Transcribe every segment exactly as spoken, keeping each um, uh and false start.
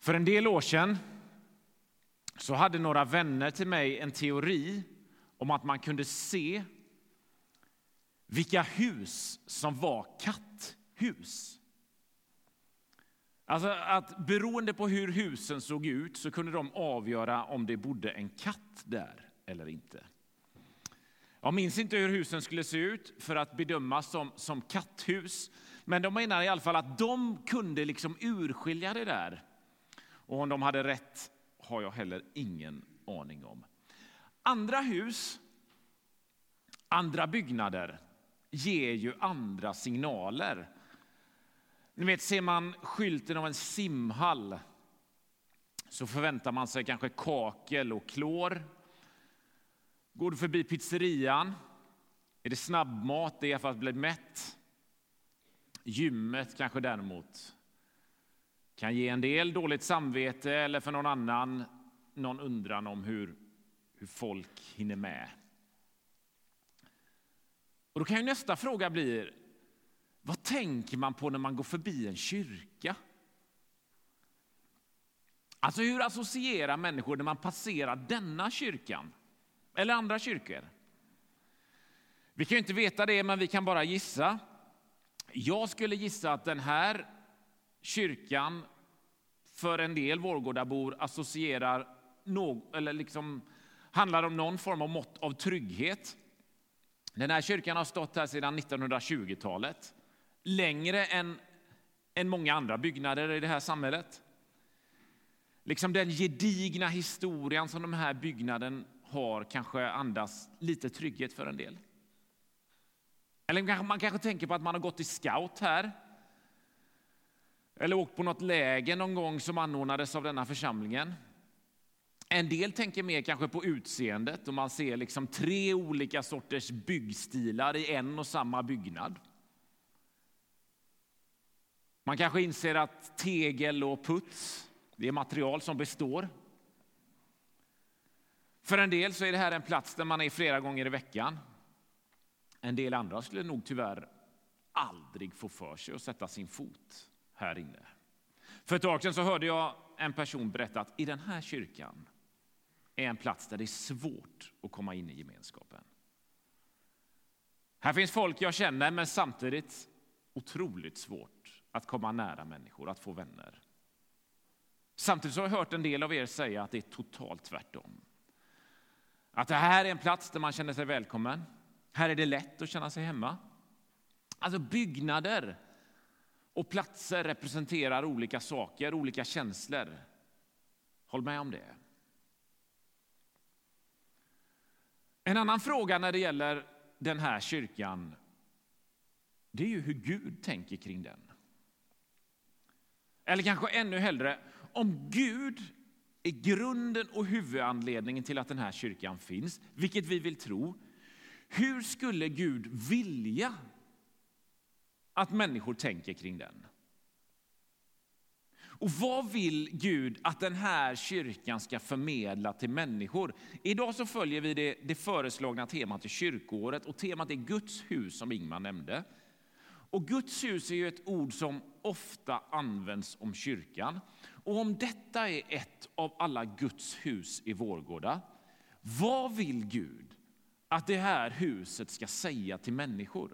För en del år sedan så hade några vänner till mig en teori om att man kunde se vilka hus som var katthus. Alltså att beroende på hur husen såg ut så kunde de avgöra om det bodde en katt där eller inte. Jag minns inte hur husen skulle se ut för att bedömas som, som katthus. Men de menar i alla fall att de kunde liksom urskilja det där. Och om de hade rätt har jag heller ingen aning om. Andra hus, andra byggnader ger ju andra signaler. Ni vet, ser man skylten av en simhall så förväntar man sig kanske kakel och klor. Går du förbi pizzerian är det snabbmat, det är för att bli mätt. Gymmet kanske däremot kan ge en del dåligt samvete eller för någon annan någon undran om hur, hur folk hinner med. Och då kan ju nästa fråga bli, vad tänker man på när man går förbi en kyrka? Alltså hur associerar människor när man passerar denna kyrkan eller andra kyrkor? Vi kan ju inte veta det, men vi kan bara gissa. Jag skulle gissa att den här kyrkan för en del Vårgårdabor associerar något, eller liksom handlar om någon form av mått av trygghet. Den här kyrkan har stått här sedan nittonhundratjugotalet. Längre än, än många andra byggnader i det här samhället. Liksom den gedigna historien som de här byggnaden har kanske andas lite trygghet för en del. Eller man kanske tänker på att man har gått i scout här. Eller åkt på något läger någon gång som anordnades av denna församlingen. En del tänker mer kanske på utseendet och man ser liksom tre olika sorters byggstilar i en och samma byggnad. Man kanske inser att tegel och puts, det är material som består. För en del så är det här en plats där man är flera gånger i veckan. En del andra skulle nog tyvärr aldrig få för sig att sätta sin fot här inne. För ett tag sedan så hörde jag en person berätta att i den här kyrkan är en plats där det är svårt att komma in i gemenskapen. Här finns folk jag känner, men samtidigt otroligt svårt att komma nära människor, att få vänner. Samtidigt så har jag hört en del av er säga att det är totalt tvärtom. Att det här är en plats där man känner sig välkommen. Här är det lätt att känna sig hemma. Alltså byggnader och platser representerar olika saker, olika känslor. Håll med om det. En annan fråga när det gäller den här kyrkan, det är ju hur Gud tänker kring den. Eller kanske ännu hellre, om Gud är grunden och huvudanledningen till att den här kyrkan finns, vilket vi vill tro, hur skulle Gud vilja att människor tänker kring den? Och vad vill Gud att den här kyrkan ska förmedla till människor? Idag så följer vi det, det föreslagna temat i kyrkoåret, och temat är Guds hus som Ingmar nämnde. Och Guds hus är ju ett ord som ofta används om kyrkan. Och om detta är ett av alla Guds hus i Vårgårda, vad vill Gud att det här huset ska säga till människor?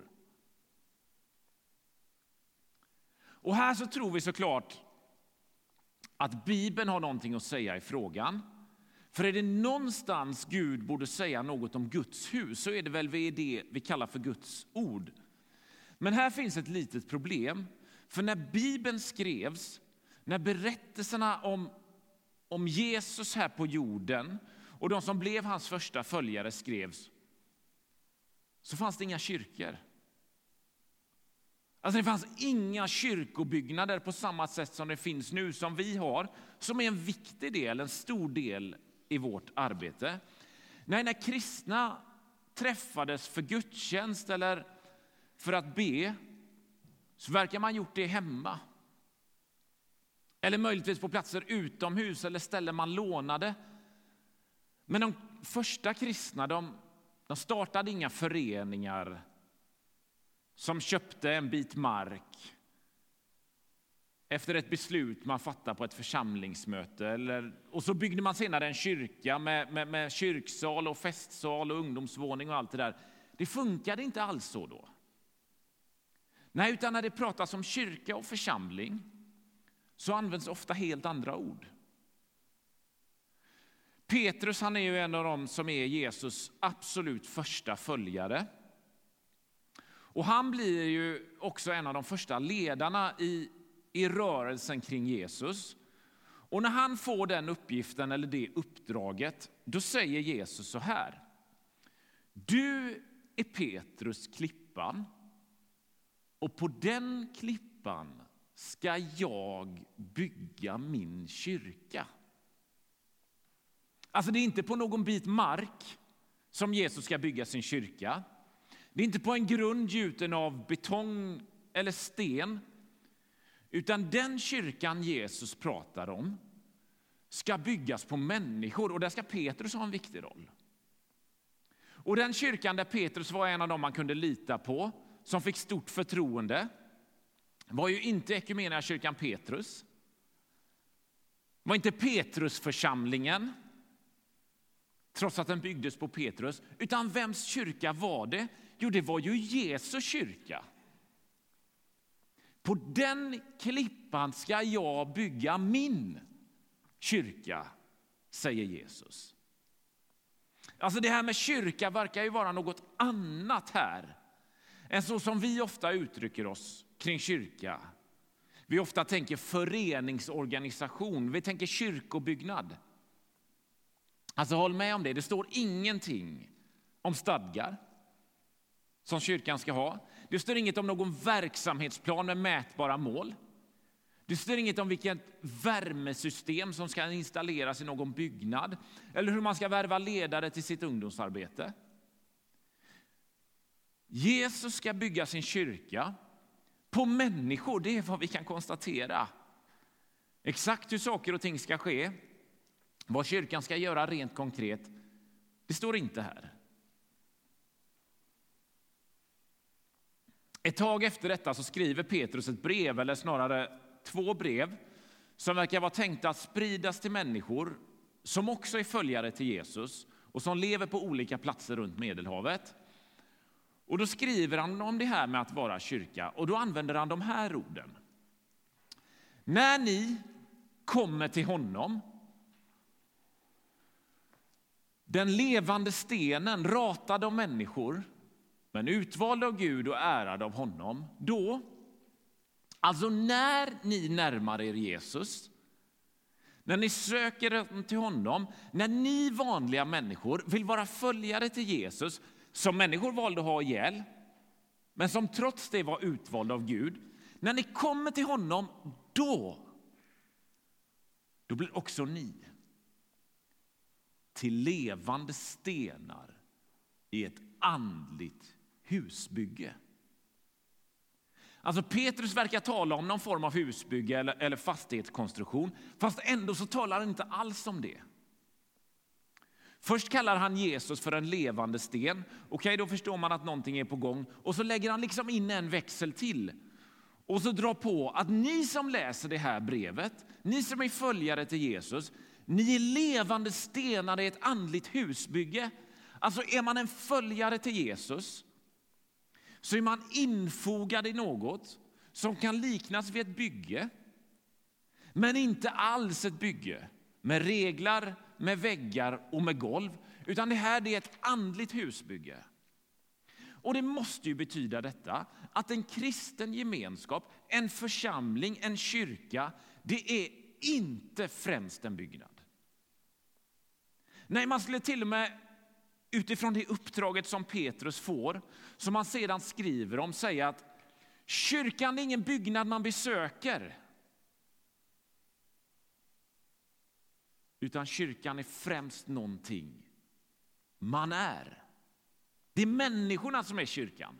Och här så tror vi såklart att Bibeln har någonting att säga i frågan. För är det någonstans Gud borde säga något om Guds hus, så är det väl vid det vi kallar för Guds ord. Men här finns ett litet problem. För när Bibeln skrevs, när berättelserna om, om Jesus här på jorden och de som blev hans första följare skrevs, så fanns det inga kyrkor. Alltså det fanns inga kyrkobyggnader på samma sätt som det finns nu, som vi har, som är en viktig del, en stor del i vårt arbete. Nej, när kristna träffades för gudstjänst eller för att be, så verkar man gjort det hemma. Eller möjligtvis på platser utomhus eller ställen man lånade. Men de första kristna, de, de startade inga föreningar som köpte en bit mark efter ett beslut man fattar på ett församlingsmöte. Eller, och så byggde man senare en kyrka med, med, med kyrksal och festsal och ungdomsvåning och allt det där. Det funkade inte alls så då. Nej, utan när det pratas om kyrka och församling så används ofta helt andra ord. Petrus, han är ju en av dem som är Jesus absolut första följare. Och han blir ju också en av de första ledarna i, i rörelsen kring Jesus. Och när han får den uppgiften eller det uppdraget, då säger Jesus så här: du är Petrus, klippan, och på den klippan ska jag bygga min kyrka. Alltså det är inte på någon bit mark som Jesus ska bygga sin kyrka. Det är inte på en grund gjuten av betong eller sten. Utan den kyrkan Jesus pratar om ska byggas på människor. Och där ska Petrus ha en viktig roll. Och den kyrkan där Petrus var en av dem man kunde lita på, som fick stort förtroende, var ju inte Equmeniakyrkan Petrus. Var inte Petrusförsamlingen, trots att den byggdes på Petrus. Utan vems kyrka var det? Jo, det var ju Jesu kyrka. På den klippan ska jag bygga min kyrka, säger Jesus. Alltså det här med kyrka verkar ju vara något annat här än så som vi ofta uttrycker oss kring kyrka. Vi ofta tänker föreningsorganisation, vi tänker kyrkobyggnad. Alltså håll med om det, det står ingenting om stadgar som kyrkan ska ha. Det står inget om någon verksamhetsplan med mätbara mål. Det står inget om vilket värmesystem som ska installeras i någon byggnad. Eller hur man ska värva ledare till sitt ungdomsarbete. Jesus ska bygga sin kyrka på människor, det är vad vi kan konstatera. Exakt hur saker och ting ska ske, vad kyrkan ska göra rent konkret, det står inte här. Ett tag efter detta så skriver Petrus ett brev, eller snarare två brev, som verkar vara tänkta att spridas till människor som också är följare till Jesus och som lever på olika platser runt Medelhavet. Och då skriver han om det här med att vara kyrka, och då använder han de här orden. När ni kommer till honom, den levande stenen, ratad av människor, men utvald av Gud och ärad av honom, då, alltså när ni närmar er Jesus, när ni söker till honom, när ni vanliga människor vill vara följare till Jesus, som människor valde att ha ihjäl, men som trots det var utvald av Gud, när ni kommer till honom, då, då blir också ni till levande stenar i ett andligt husbygge. Alltså Petrus verkar tala om någon form av husbygge eller, eller fastighetskonstruktion, fast ändå så talar han inte alls om det. Först kallar han Jesus för en levande sten. Okej, då förstår man att någonting är på gång. Och så lägger han liksom in en växel till. Och så drar på att ni som läser det här brevet, ni som är följare till Jesus, ni är levande stenar i ett andligt husbygge. Alltså är man en följare till Jesus så är man infogad i något som kan liknas vid ett bygge. Men inte alls ett bygge med reglar, med väggar och med golv. Utan det här det är ett andligt husbygge. Och det måste ju betyda detta, att en kristen gemenskap, en församling, en kyrka, det är inte främst en byggnad. Nej, man skulle till och med utifrån det uppdraget som Petrus får, som man sedan skriver om, säga att kyrkan är ingen byggnad man besöker. Utan kyrkan är främst någonting man är. Det är människorna som är kyrkan.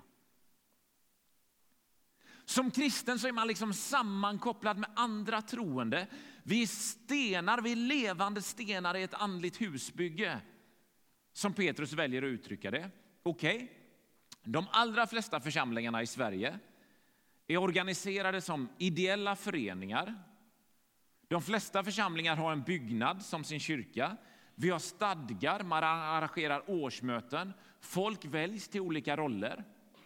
Som kristen så är man liksom sammankopplad med andra troende. Vi är stenar, vi är levande stenar i ett andligt husbygge. Som Petrus väljer att uttrycka det. Okej, okay. De allra flesta församlingarna i Sverige, är organiserade som ideella föreningar. De flesta församlingar har en byggnad som sin kyrka. Vi har stadgar, man arrangerar årsmöten. Folk väljs till olika roller.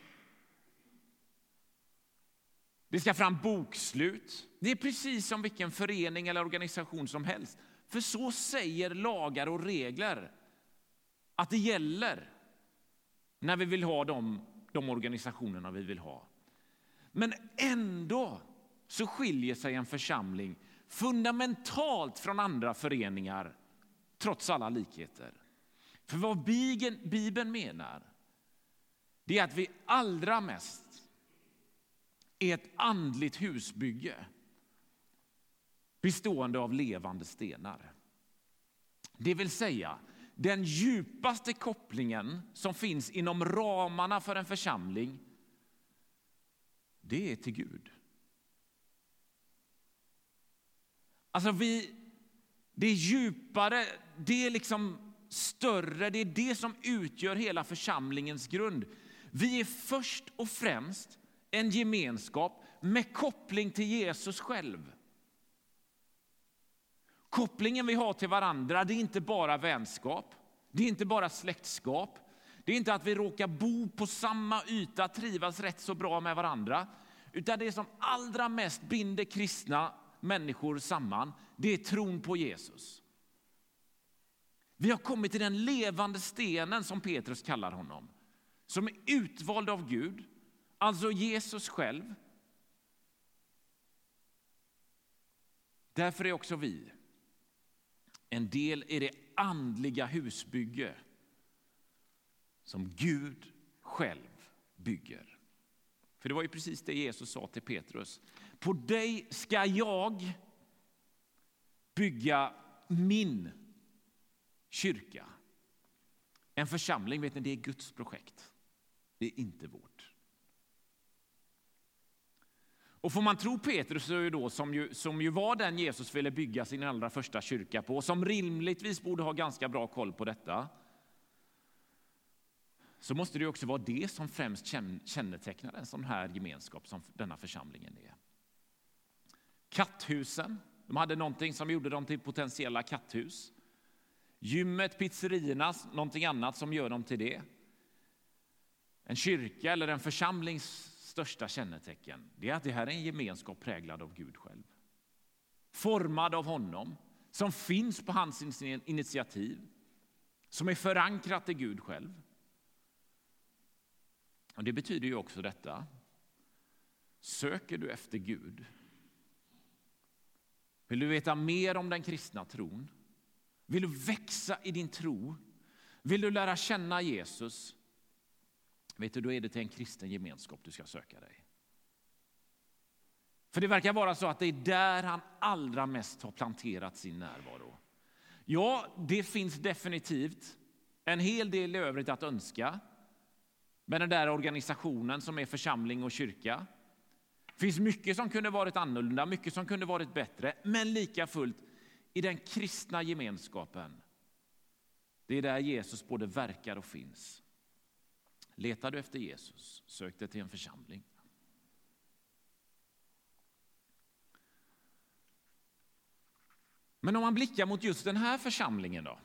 Det ska fram bokslut. Det är precis som vilken förening eller organisation som helst. För så säger lagar och regler att det gäller när vi vill ha de, de organisationerna vi vill ha. Men ändå så skiljer sig en församling fundamentalt från andra föreningar trots alla likheter. För vad Bibeln menar, det är att vi allra mest är ett andligt husbygge bestående av levande stenar. Det vill säga, den djupaste kopplingen som finns inom ramarna för en församling, det är till Gud. Alltså vi, det är djupare, det är liksom större, det är det som utgör hela församlingens grund. Vi är först och främst en gemenskap med koppling till Jesus själv. Kopplingen vi har till varandra, det är inte bara vänskap, det är inte bara släktskap, det är inte att vi råkar bo på samma yta, trivas rätt så bra med varandra, utan det som allra mest binder kristna människor samman, det är tron på Jesus. Vi har kommit till den levande stenen som Petrus kallar honom, som är utvald av Gud, alltså Jesus själv. Därför är också vi en del i det andliga husbygge som Gud själv bygger. För det var ju precis det Jesus sa till Petrus. På dig ska jag bygga min kyrka. En församling, vet ni, det är Guds projekt. Det är inte vårt. Och får man tro Petrus då, som, ju, som ju var den Jesus ville bygga sin allra första kyrka på, som rimligtvis borde ha ganska bra koll på detta, så måste det också vara det som främst kännetecknar en sån här gemenskap som denna församlingen är. Katthusen, de hade någonting som gjorde dem till potentiella katthus. Gymmet, pizzerierna, någonting annat som gör dem till det. En kyrka eller en församlings största kännetecken, det är att det här är en gemenskap präglad av Gud själv. Formad av honom, som finns på hans initiativ, som är förankrat i Gud själv. Och det betyder ju också detta. Söker du efter Gud? Vill du veta mer om den kristna tron? Vill du växa i din tro? Vill du lära känna Jesus? Vet du, då är det till en kristen gemenskap du ska söka dig. För det verkar vara så att det är där han allra mest har planterat sin närvaro. Ja, det finns definitivt en hel del övrigt att önska med den där organisationen som är församling och kyrka. Det finns mycket som kunde varit annorlunda, mycket som kunde varit bättre, men lika fullt i den kristna gemenskapen. Det är där Jesus både verkar och finns. Letar du efter Jesus, sök dig till en församling. Men om man blickar mot just den här församlingen då?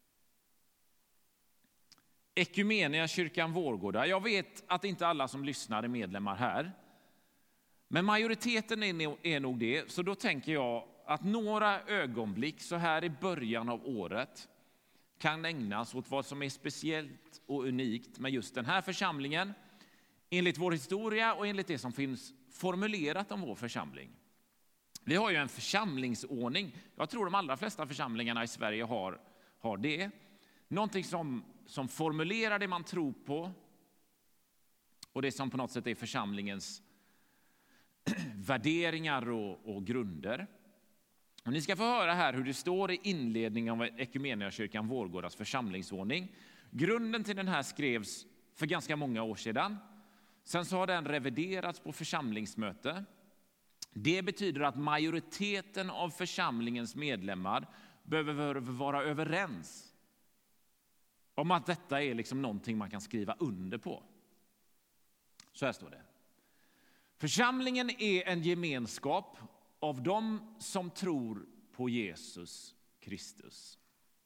Ekumeniakyrkan Vårgårda. Jag vet att inte alla som lyssnar är medlemmar här. Men majoriteten är nog det. Så då tänker jag att några ögonblick så här i början av året kan ägnas åt vad som är speciellt och unikt med just den här församlingen. Enligt vår historia och enligt det som finns formulerat om vår församling. Vi har ju en församlingsordning. Jag tror de allra flesta församlingarna i Sverige har, har det. Någonting som, som formulerar det man tror på. Och det som på något sätt är församlingens värderingar och, och grunder. Och ni ska få höra här hur det står i inledningen av Ekumeniakyrkan Vårgårdas församlingsordning. Grunden till den här skrevs för ganska många år sedan. Sen så har den reviderats på församlingsmöte. Det betyder att majoriteten av församlingens medlemmar behöver vara överens om att detta är liksom någonting man kan skriva under på. Så här står det. Församlingen är en gemenskap av dem som tror på Jesus Kristus.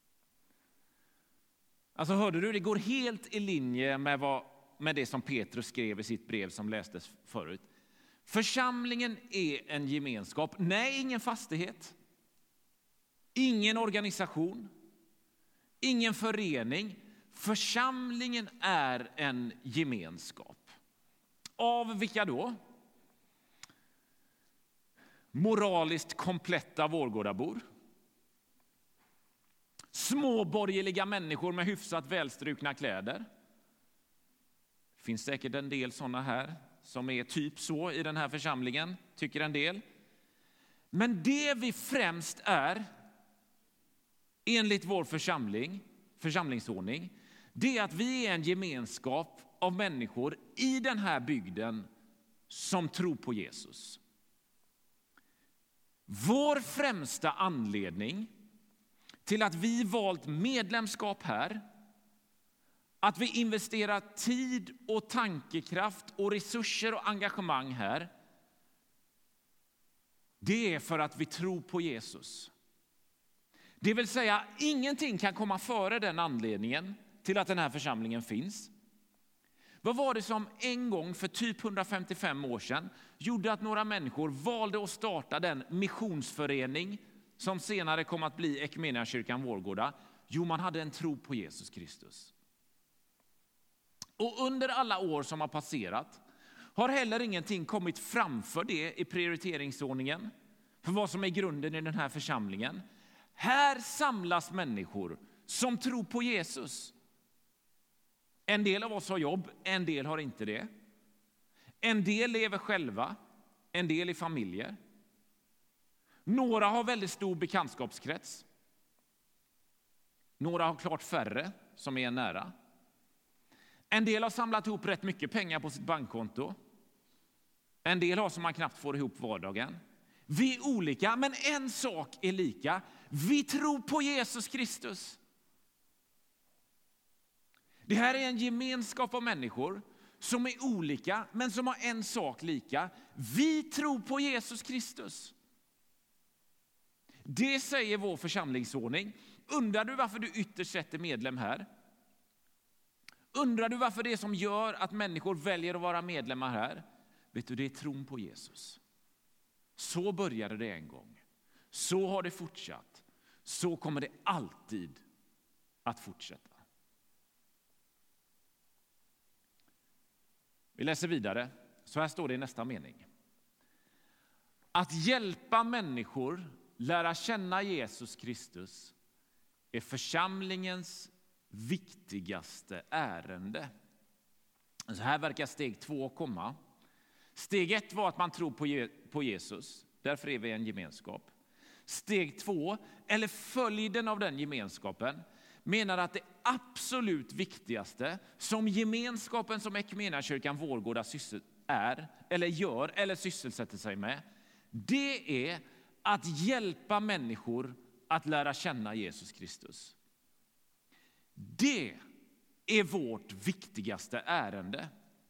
Alltså hörde du, det går helt i linje med, vad, med det som Petrus skrev i sitt brev som lästes förut. Församlingen är en gemenskap. Nej, ingen fastighet. Ingen organisation. Ingen förening. Församlingen är en gemenskap. Av vilka då? Moraliskt kompletta Vårgårdabor. Småborgerliga människor med hyfsat välstrukna kläder. Det finns säkert en del sådana här som är typ så i den här församlingen, tycker en del. Men det vi främst är, enligt vår församling, församlingsordning, det är att vi är en gemenskap av människor i den här bygden som tror på Jesus. Vår främsta anledning till att vi valt medlemskap här, att vi investerar tid och tankekraft och resurser och engagemang här, det är för att vi tror på Jesus. Det vill säga, ingenting kan komma före den anledningen till att den här församlingen finns. Vad var det som en gång för typ hundrafemtiofem år sedan gjorde att några människor valde att starta den missionsförening som senare kom att bli Equmeniakyrkan Vårgårda? Jo, man hade en tro på Jesus Kristus. Och under alla år som har passerat har heller ingenting kommit framför det i prioriteringsordningen för vad som är grunden i den här församlingen. Här samlas människor som tror på Jesus. En del av oss har jobb, en del har inte det. En del lever själva, en del i familjer. Några har väldigt stor bekantskapskrets. Några har klart färre som är nära. En del har samlat ihop rätt mycket pengar på sitt bankkonto. En del har som man knappt får ihop vardagen. Vi är olika, men en sak är lika. Vi tror på Jesus Kristus. Det här är en gemenskap av människor som är olika, men som har en sak lika. Vi tror på Jesus Kristus. Det säger vår församlingsordning. Undrar du varför du ytterst sett är medlem här? Undrar du varför det är som gör att människor väljer att vara medlemmar här? Vet du, det är tron på Jesus. Så började det en gång. Så har det fortsatt. Så kommer det alltid att fortsätta. Vi läser vidare. Så här står det i nästa mening. Att hjälpa människor lära känna Jesus Kristus är församlingens viktigaste ärende. Så här verkar steg två komma. Steg ett var att man tror på Jesus. Därför är vi en gemenskap. Steg två, eller följden av den gemenskapen, menar att det absolut viktigaste som gemenskapen som Equmeniakyrkan Vårgårda är, eller gör, eller sysselsätter sig med, det är att hjälpa människor att lära känna Jesus Kristus. Det är vårt viktigaste ärende.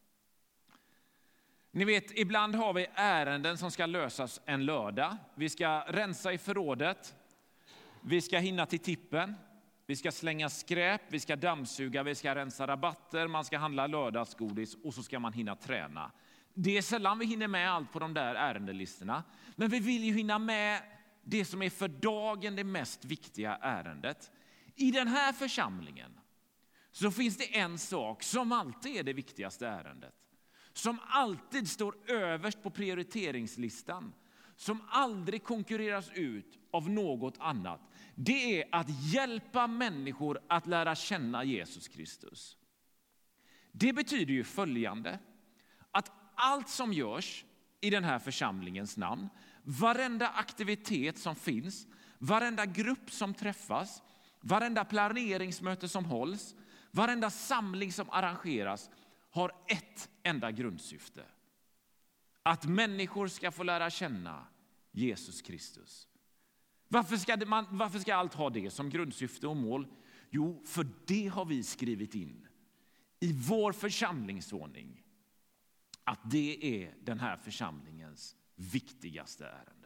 Ni vet, ibland har vi ärenden som ska lösas en lördag. Vi ska rensa i förrådet. Vi ska hinna till tippen. Vi ska slänga skräp, vi ska dammsuga, vi ska rensa rabatter, man ska handla lördagsgodis och så ska man hinna träna. Det är sällan vi hinner med allt på de där ärendelistorna. Men vi vill ju hinna med det som är för dagen det mest viktiga ärendet. I den här församlingen så finns det en sak som alltid är det viktigaste ärendet. Som alltid står överst på prioriteringslistan. Som aldrig konkurreras ut av något annat. Det är att hjälpa människor att lära känna Jesus Kristus. Det betyder ju följande. Att allt som görs i den här församlingens namn, varenda aktivitet som finns, varenda grupp som träffas, varenda planeringsmöte som hålls, varenda samling som arrangeras har ett enda grundsyfte. Att människor ska få lära känna Jesus Kristus. Varför ska, man, varför ska allt ha det som grundsyfte och mål? Jo, för det har vi skrivit in i vår församlingsordning. att det är den här församlingens viktigaste ärende.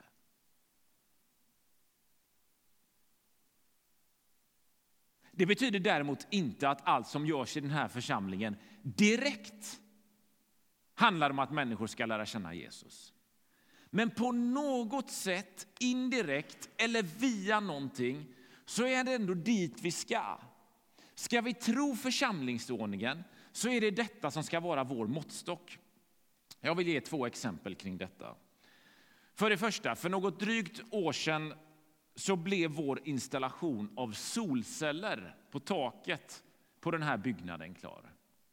Det betyder däremot inte att allt som görs i den här församlingen direkt handlar om att människor ska lära känna Jesus. Men på något sätt, indirekt eller via någonting, så är det ändå dit vi ska. Ska vi tro församlingsordningen så är det detta som ska vara vår måttstock. Jag vill ge två exempel kring detta. För det första, för något drygt år sedan så blev vår installation av solceller på taket på den här byggnaden klar.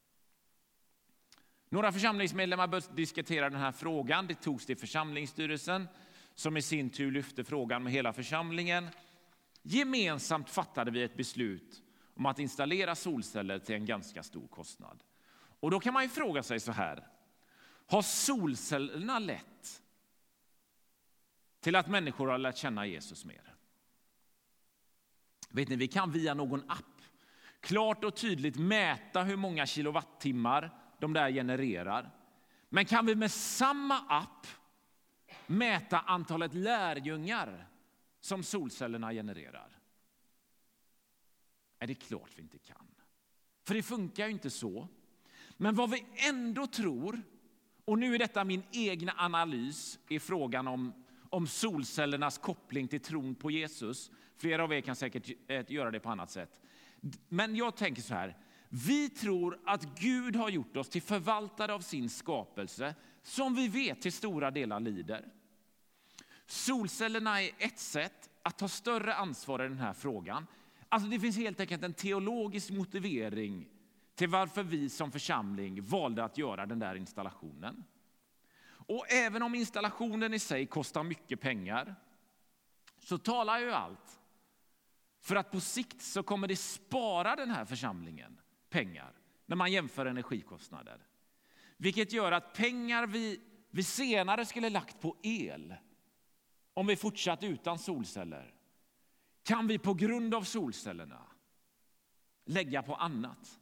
Några församlingsmedlemmar började diskutera den här frågan. Det togs till församlingsstyrelsen som i sin tur lyfte frågan med hela församlingen. Gemensamt fattade vi ett beslut om att installera solceller till en ganska stor kostnad. Och då kan man ju fråga sig så här. Har solcellerna lett till att människor har lärt känna Jesus mer? Vet ni, vi kan via någon app klart och tydligt mäta hur många kilowattimmar de där genererar. Men kan vi med samma app mäta antalet lärjungar som solcellerna genererar? Är det klart vi inte kan. För det funkar ju inte så. Men vad vi ändå tror, och nu är detta min egna analys i frågan om, om solcellernas koppling till tron på Jesus. Flera av er kan säkert göra det på annat sätt. Men jag tänker så här. Vi tror att Gud har gjort oss till förvaltare av sin skapelse som vi vet till stora delar lider. Solcellerna är ett sätt att ta större ansvar i den här frågan. Alltså det finns helt enkelt en teologisk motivering till varför vi som församling valde att göra den där installationen. Och även om installationen i sig kostar mycket pengar så talar ju allt för att på sikt så kommer det spara den här församlingen pengar när man jämför energikostnader. Vilket gör att pengar vi, vi senare skulle lagt på el om vi fortsatt utan solceller kan vi på grund av solcellerna lägga på annat.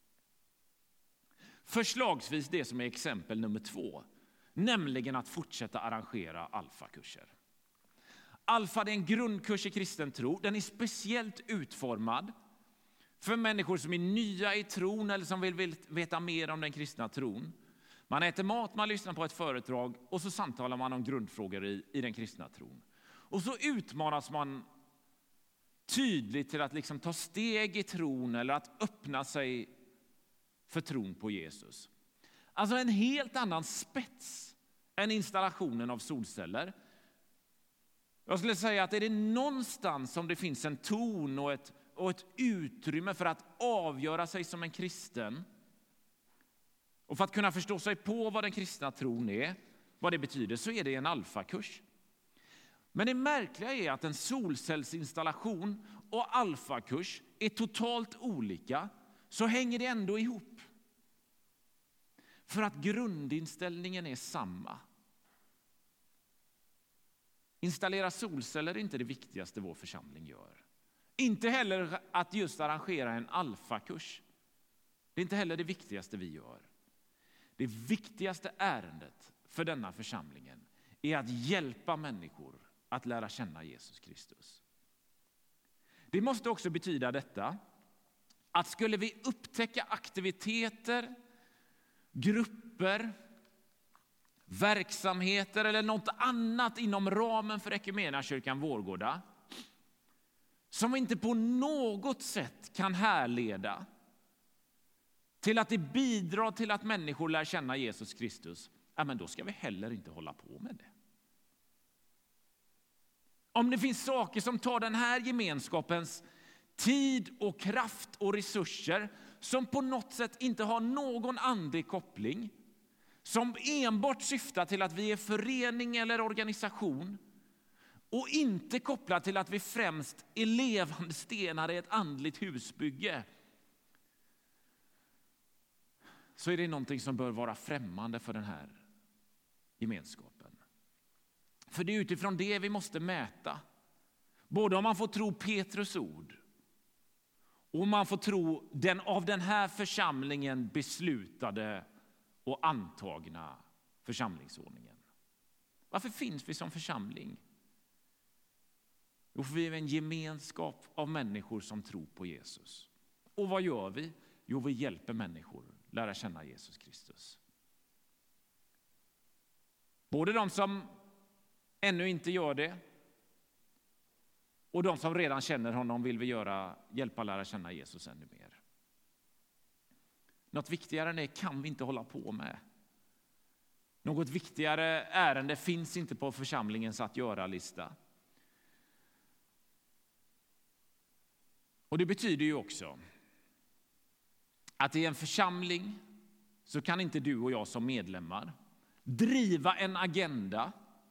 Förslagsvis det som är exempel nummer två, nämligen att fortsätta arrangera alfakurser. Alfa är en grundkurs i kristen tro. Den är speciellt utformad för människor som är nya i tron eller som vill veta mer om den kristna tron. Man äter mat, man lyssnar på ett föredrag och så samtalar man om grundfrågor i, i den kristna tron. Och så utmanas man tydligt till att liksom ta steg i tron eller att öppna sig för tron på Jesus. Alltså en helt annan spets än installationen av solceller. Jag skulle säga att är det någonstans som det finns en ton och ett, och ett utrymme för att avgöra sig som en kristen och för att kunna förstå sig på vad den kristna tron är, vad det betyder, så är det en alfakurs. Men det märkliga är att en solcellsinstallation och alfakurs är totalt olika, så hänger det ändå ihop. För att grundinställningen är samma. Installera solceller är inte det viktigaste vår församling gör. Inte heller att just arrangera en alfakurs. Det är inte heller det viktigaste vi gör. Det viktigaste ärendet för denna församlingen är att hjälpa människor att lära känna Jesus Kristus. Det måste också betyda detta, att skulle vi upptäcka aktiviteter, grupper, verksamheter eller något annat inom ramen för Equmeniakyrkan Vårgårda som inte på något sätt kan härleda till att det bidrar till att människor lär känna Jesus Kristus, ja, men då ska vi heller inte hålla på med det. Om det finns saker som tar den här gemenskapens tid och kraft och resurser som på något sätt inte har någon andlig koppling, som enbart syftar till att vi är förening eller organisation och inte kopplat till att vi främst är levande stenar i ett andligt husbygge, så är det någonting som bör vara främmande för den här gemenskapen. För det är utifrån det vi måste mäta. Både om man får tro Petrus ord och om man får tro den av den här församlingen beslutade och antagna församlingsordningen. Varför finns vi som församling? Jo, för vi är en gemenskap av människor som tror på Jesus. Och vad gör vi? Jo, vi hjälper människor lära känna Jesus Kristus. Både de som ännu inte gör det och de som redan känner honom vill vi göra, hjälpa lära känna Jesus ännu mer. Något viktigare än det kan vi inte hålla på med. Något viktigare ärende finns inte på församlingens att göra-lista. Och det betyder ju också att i en församling så kan inte du och jag som medlemmar driva en agenda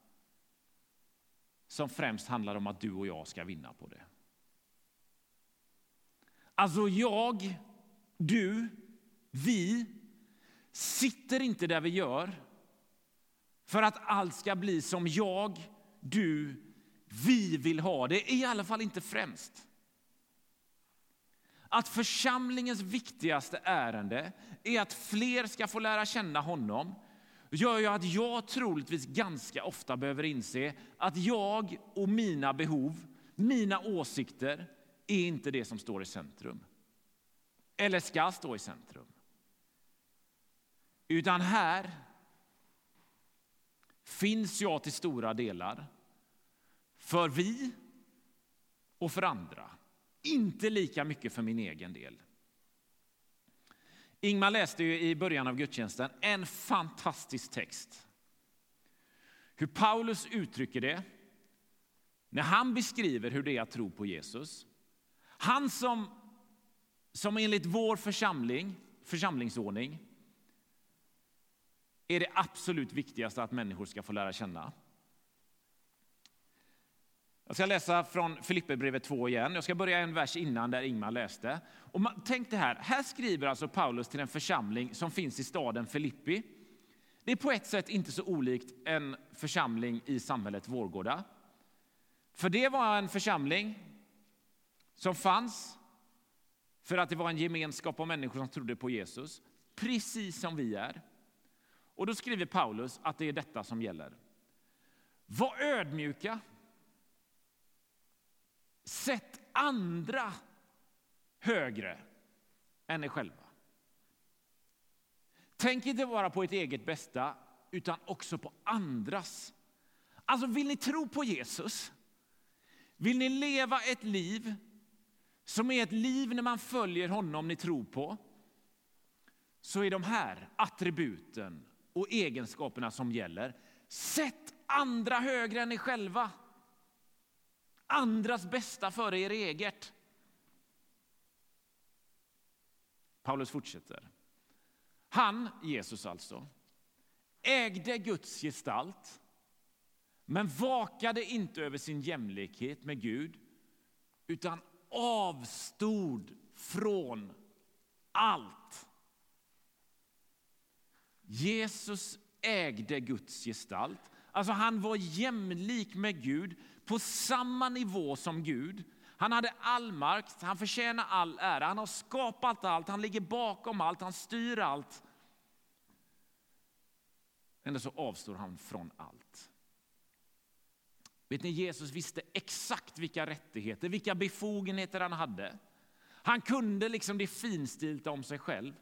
som främst handlar om att du och jag ska vinna på det. Alltså jag, du, vi sitter inte där vi gör för att allt ska bli som jag, du, vi vill ha det. I alla fall inte främst. Att församlingens viktigaste ärende är att fler ska få lära känna honom gör ju att jag troligtvis ganska ofta behöver inse att jag och mina behov, mina åsikter är inte det som står i centrum. Eller ska stå i centrum. Utan här finns jag till stora delar för vi och för andra. Inte lika mycket för min egen del. Ingmar läste ju i början av gudstjänsten en fantastisk text. Hur Paulus uttrycker det när han beskriver hur det är att tro på Jesus. Han som, som enligt vår församling, församlingsordning är det absolut viktigaste att människor ska få lära känna. Jag ska läsa från Filipperbrevet två igen. Jag ska börja en vers innan där Ingmar läste. Och man, tänk det här. Här skriver alltså Paulus till en församling som finns i staden Filippi. Det är på ett sätt inte så olikt en församling i samhället Vårgårda. För det var en församling som fanns för att det var en gemenskap av människor som trodde på Jesus. Precis som vi är. Och då skriver Paulus att det är detta som gäller. Var ödmjuka. Sätt andra högre än er själva. Tänk inte bara på ert eget bästa utan också på andras. Alltså vill ni tro på Jesus? Vill ni leva ett liv som är ett liv när man följer honom ni tror på? Så är de här attributen och egenskaperna som gäller. Sätt andra högre än er själva. Andras bästa före er eget. Paulus fortsätter. Han, Jesus alltså, ägde Guds gestalt men vakade inte över sin jämlikhet med Gud utan avstod från allt. Jesus ägde Guds gestalt. Alltså han var jämlik med Gud på samma nivå som Gud. Han hade all makt, han förtjänar all ära. Han har skapat allt, han ligger bakom allt, han styr allt. Ändå så avstår han från allt. Vet ni, Jesus visste exakt vilka rättigheter, vilka befogenheter han hade. Han kunde liksom det finstilta om sig själv.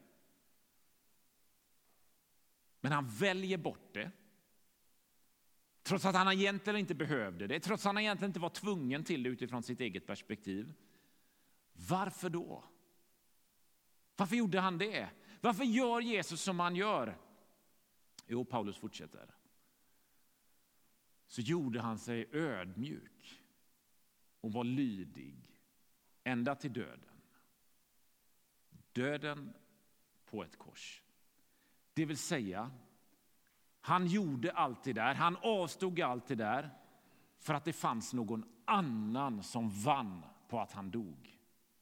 Men han väljer bort det. Trots att han egentligen inte behövde det. Trots att han egentligen inte var tvungen till det utifrån sitt eget perspektiv. Varför då? Varför gjorde han det? Varför gör Jesus som han gör? Jo, Paulus fortsätter. Så gjorde han sig ödmjuk och var lydig ända till döden. Döden på ett kors. Det vill säga, han gjorde allt det där, han avstod allt det där för att det fanns någon annan som vann på att han dog.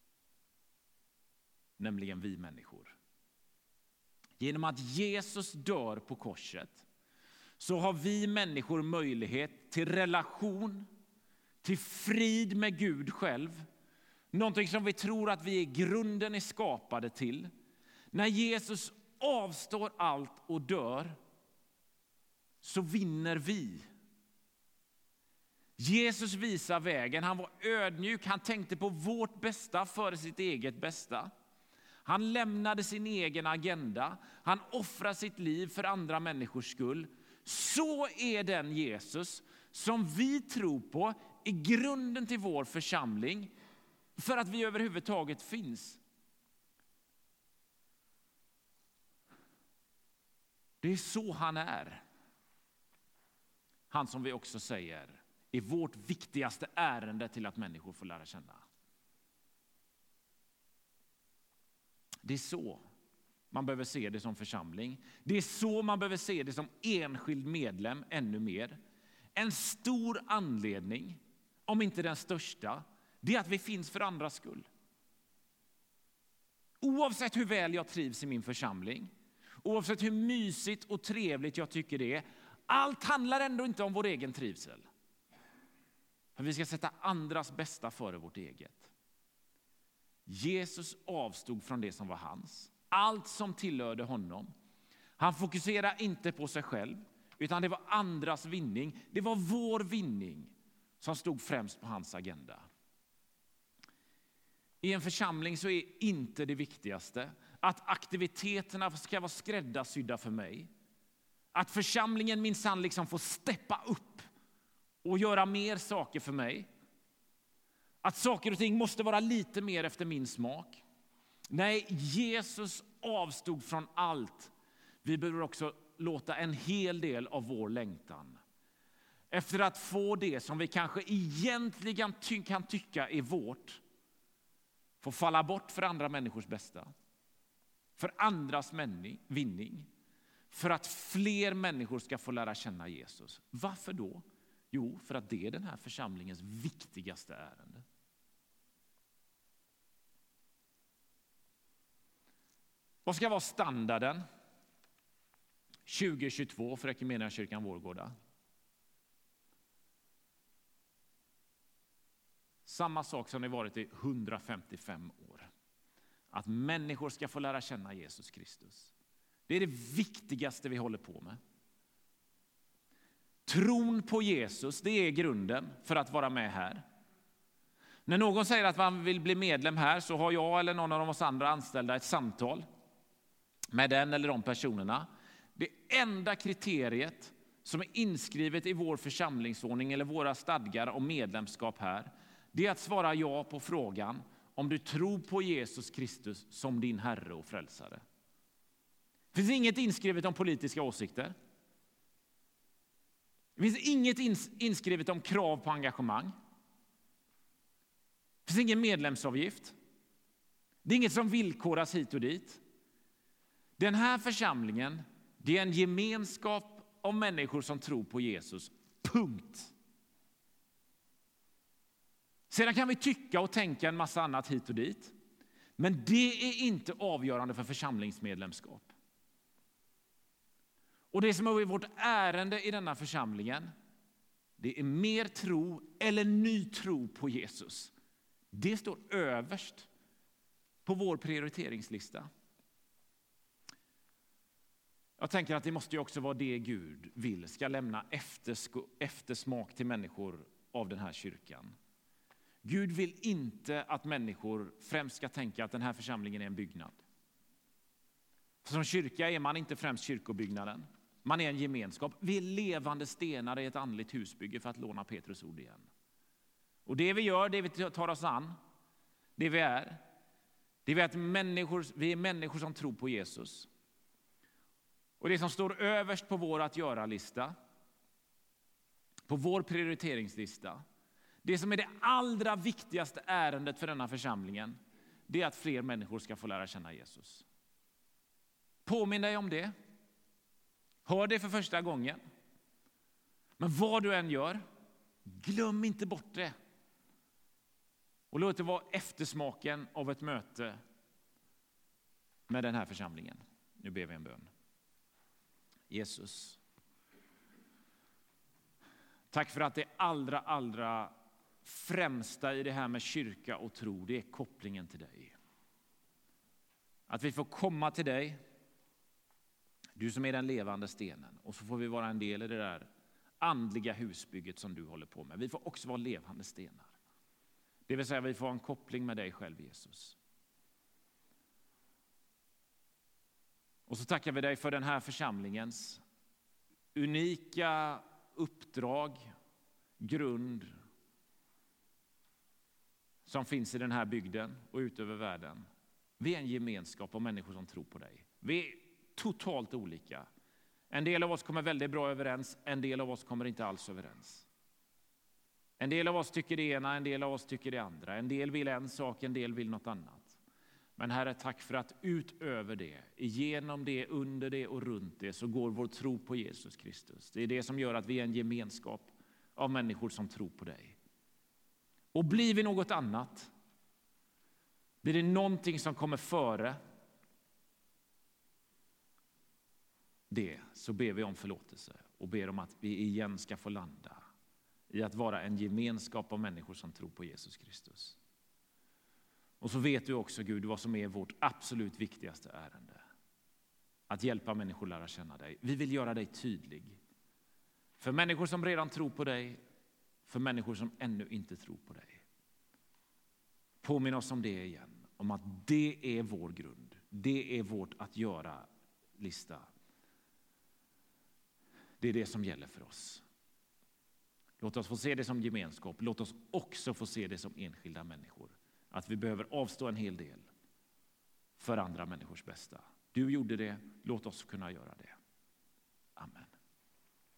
Nämligen vi människor. Genom att Jesus dör på korset så har vi människor möjlighet till relation, till frid med Gud själv. Någonting som vi tror att vi i grunden är skapade till. När Jesus avstår allt och dör, så vinner vi. Jesus visar vägen. Han var ödmjuk. Han tänkte på vårt bästa före sitt eget bästa. Han lämnade sin egen agenda. Han offrar sitt liv för andra människors skull. Så är den Jesus som vi tror på i grunden till vår församling, för att vi överhuvudtaget finns. Det är så han är. Han som vi också säger är vårt viktigaste ärende till att människor får lära känna. Det är så man behöver se det som församling. Det är så man behöver se det som enskild medlem ännu mer. En stor anledning, om inte den största, det är att vi finns för andras skull. Oavsett hur väl jag trivs i min församling, oavsett hur mysigt och trevligt jag tycker det är, allt handlar ändå inte om vår egen trivsel. För vi ska sätta andras bästa före vårt eget. Jesus avstod från det som var hans. Allt som tillhörde honom. Han fokuserade inte på sig själv, utan det var andras vinning. Det var vår vinning som stod främst på hans agenda. I en församling så är inte det viktigaste att aktiviteterna ska vara skräddarsydda för mig. Att församlingen minsann liksom får steppa upp och göra mer saker för mig. Att saker och ting måste vara lite mer efter min smak. Nej, Jesus avstod från allt. Vi behöver också låta en hel del av vår längtan, efter att få det som vi kanske egentligen ty- kan tycka är vårt, få falla bort för andra människors bästa. För andras männi- vinning. För att fler människor ska få lära känna Jesus. Varför då? Jo, för att det är den här församlingens viktigaste ärende. Vad ska vara standarden tjugo tjugotvå för Equmeniakyrkan Vårgårda? Samma sak som det varit i hundrafemtiofem år. Att människor ska få lära känna Jesus Kristus. Det är det viktigaste vi håller på med. Tron på Jesus, det är grunden för att vara med här. När någon säger att man vill bli medlem här, så har jag eller någon av oss andra anställda ett samtal med den eller de personerna. Det enda kriteriet som är inskrivet i vår församlingsordning eller våra stadgar om medlemskap här, det är att svara ja på frågan om du tror på Jesus Kristus som din Herre och frälsare. Det finns inget inskrivet om politiska åsikter. Det finns inget inskrivet om krav på engagemang. Det finns ingen medlemsavgift. Det är inget som villkoras hit och dit. Den här församlingen, det är en gemenskap av människor som tror på Jesus. Punkt. Sedan kan vi tycka och tänka en massa annat hit och dit. Men det är inte avgörande för församlingsmedlemskap. Och det som är vårt ärende i denna församlingen, det är mer tro eller ny tro på Jesus. Det står överst på vår prioriteringslista. Jag tänker att det måste ju också vara det Gud vill ska lämna eftersmak till människor av den här kyrkan. Gud vill inte att människor främst ska tänka att den här församlingen är en byggnad. För som kyrka är man inte främst kyrkobyggnaden. Man är en gemenskap. Vi är levande stenar i ett andligt husbygge, för att låna Petrus ord igen. Och det vi gör, det vi tar oss an, det vi är, det är att människor, vi är människor som tror på Jesus. Och det som står överst på vår att göra-lista, på vår prioriteringslista, det som är det allra viktigaste ärendet för denna församlingen, det är att fler människor ska få lära känna Jesus. Påminn dig om det. Hör det för första gången. Men vad du än gör, glöm inte bort det. Och låt det vara eftersmaken av ett möte med den här församlingen. Nu ber vi en bön. Jesus, tack för att det allra, allra främsta i det här med kyrka och tro, det är kopplingen till dig. Att vi får komma till dig Du som är den levande stenen. Och så får vi vara en del i det där andliga husbygget som du håller på med. Vi får också vara levande stenar. Det vill säga vi får ha en koppling med dig själv, Jesus. Och så tackar vi dig för den här församlingens unika uppdrag, grund som finns i den här bygden och ut över världen. Vi är en gemenskap av människor som tror på dig. Vi är totalt olika. En del av oss kommer väldigt bra överens, en del av oss kommer inte alls överens. En del av oss tycker det ena, en del av oss tycker det andra. En del vill en sak, en del vill något annat. Men Herre, tack för att utöver det, igenom det, under det och runt det så går vår tro på Jesus Kristus. Det är det som gör att vi är en gemenskap av människor som tror på dig. Och blir vi något annat, blir det någonting som kommer före det, så ber vi om förlåtelse och ber om att vi igen ska få landa i att vara en gemenskap av människor som tror på Jesus Kristus. Och så vet du också, Gud, vad som är vårt absolut viktigaste ärende. Att hjälpa människor att lära känna dig. Vi vill göra dig tydlig. För människor som redan tror på dig, för människor som ännu inte tror på dig. Påminn oss om det igen. Om att det är vår grund. Det är vårt att göra-lista. Det är det som gäller för oss. Låt oss få se det som gemenskap. Låt oss också få se det som enskilda människor. Att vi behöver avstå en hel del för andra människors bästa. Du gjorde det, låt oss kunna göra det.